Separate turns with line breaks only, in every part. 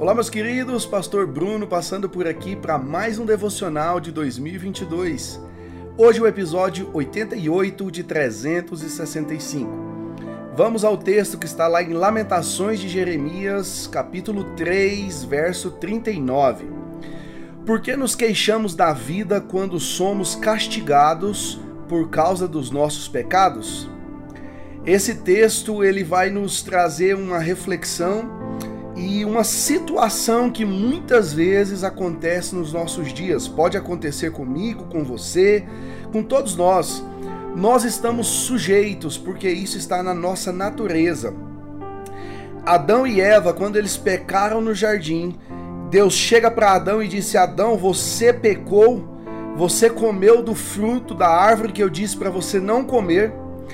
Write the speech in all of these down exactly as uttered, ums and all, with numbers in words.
Olá, meus queridos, Pastor Bruno passando por aqui para mais um devocional de dois mil e vinte e dois. Hoje o episódio oitenta e oito de trezentos e sessenta e cinco. Vamos ao texto que está lá em Lamentações de Jeremias, capítulo três, verso trinta e nove. Por que nos queixamos da vida quando somos castigados por causa dos nossos pecados? Esse texto ele vai nos trazer uma reflexão e uma situação que muitas vezes acontece nos nossos dias. Pode acontecer comigo, com você, com todos nós. Nós estamos sujeitos, porque isso está na nossa natureza. Adão e Eva, quando eles pecaram no jardim, Deus chega para Adão e disse: Adão, você pecou, você comeu do fruto da árvore que eu disse para você não comer.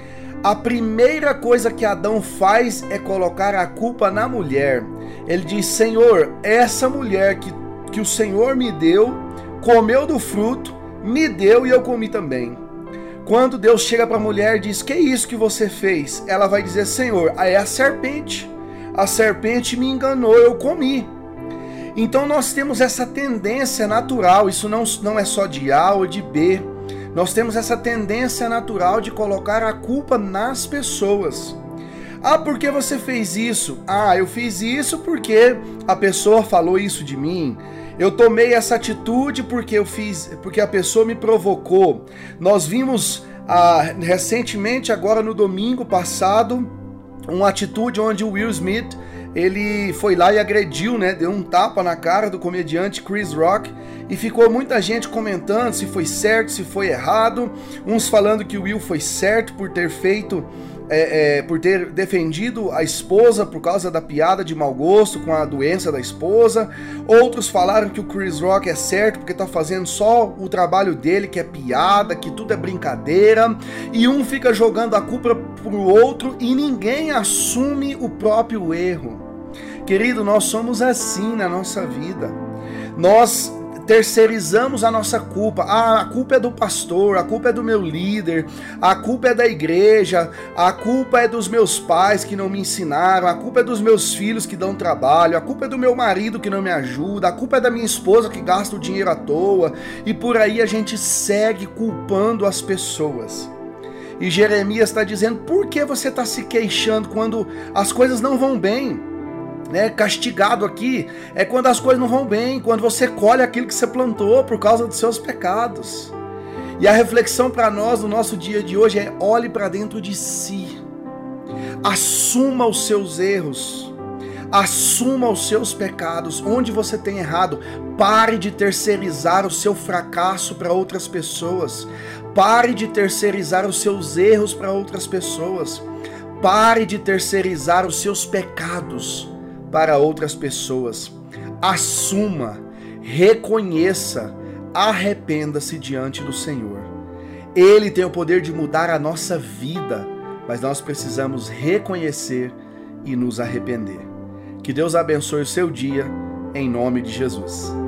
A primeira coisa que Adão faz é colocar a culpa na mulher. Ele diz: Senhor, essa mulher que, que o Senhor me deu, comeu do fruto, me deu e eu comi também. Quando Deus chega para a mulher e diz: que é isso que você fez? Ela vai dizer: Senhor, é a serpente. A serpente me enganou, eu comi. Então nós temos essa tendência natural, isso não, não é só de A ou de B. Nós temos essa tendência natural de colocar a culpa nas pessoas. Ah, por que você fez isso? Ah, eu fiz isso porque a pessoa falou isso de mim. Eu tomei essa atitude porque eu fiz, porque a pessoa me provocou. Nós vimos ah, recentemente, agora no domingo passado, uma atitude onde o Will Smith ele foi lá e agrediu, né? Deu um tapa na cara do comediante Chris Rock e ficou muita gente comentando se foi certo, se foi errado. Uns falando que o Will foi certo por ter feito, é, é, por ter defendido a esposa por causa da piada de mau gosto com a doença da esposa. Outros falaram que o Chris Rock é certo porque tá fazendo só o trabalho dele, que é piada, que tudo é brincadeira. E um fica jogando a culpa pro outro e ninguém assume o próprio erro. Querido, nós somos assim na nossa vida. Nós terceirizamos a nossa culpa. Ah, a culpa é do pastor, a culpa é do meu líder, a culpa é da igreja, a culpa é dos meus pais que não me ensinaram, a culpa é dos meus filhos que dão trabalho, a culpa é do meu marido que não me ajuda, a culpa é da minha esposa que gasta o dinheiro à toa. E por aí a gente segue culpando as pessoas. E Jeremias está dizendo: por que você está se queixando quando as coisas não vão bem? Né? Castigado aqui é quando as coisas não vão bem, quando você colhe aquilo que você plantou por causa dos seus pecados. E a reflexão para nós no nosso dia de hoje é: olhe para dentro de si, assuma os seus erros, assuma os seus pecados, onde você tem errado. Pare de terceirizar o seu fracasso para outras pessoas, pare de terceirizar os seus erros para outras pessoas, pare de terceirizar os seus pecados para outras pessoas. Assuma, reconheça, arrependa-se diante do Senhor. Ele tem o poder de mudar a nossa vida, mas nós precisamos reconhecer e nos arrepender. Que Deus abençoe o seu dia, em nome de Jesus.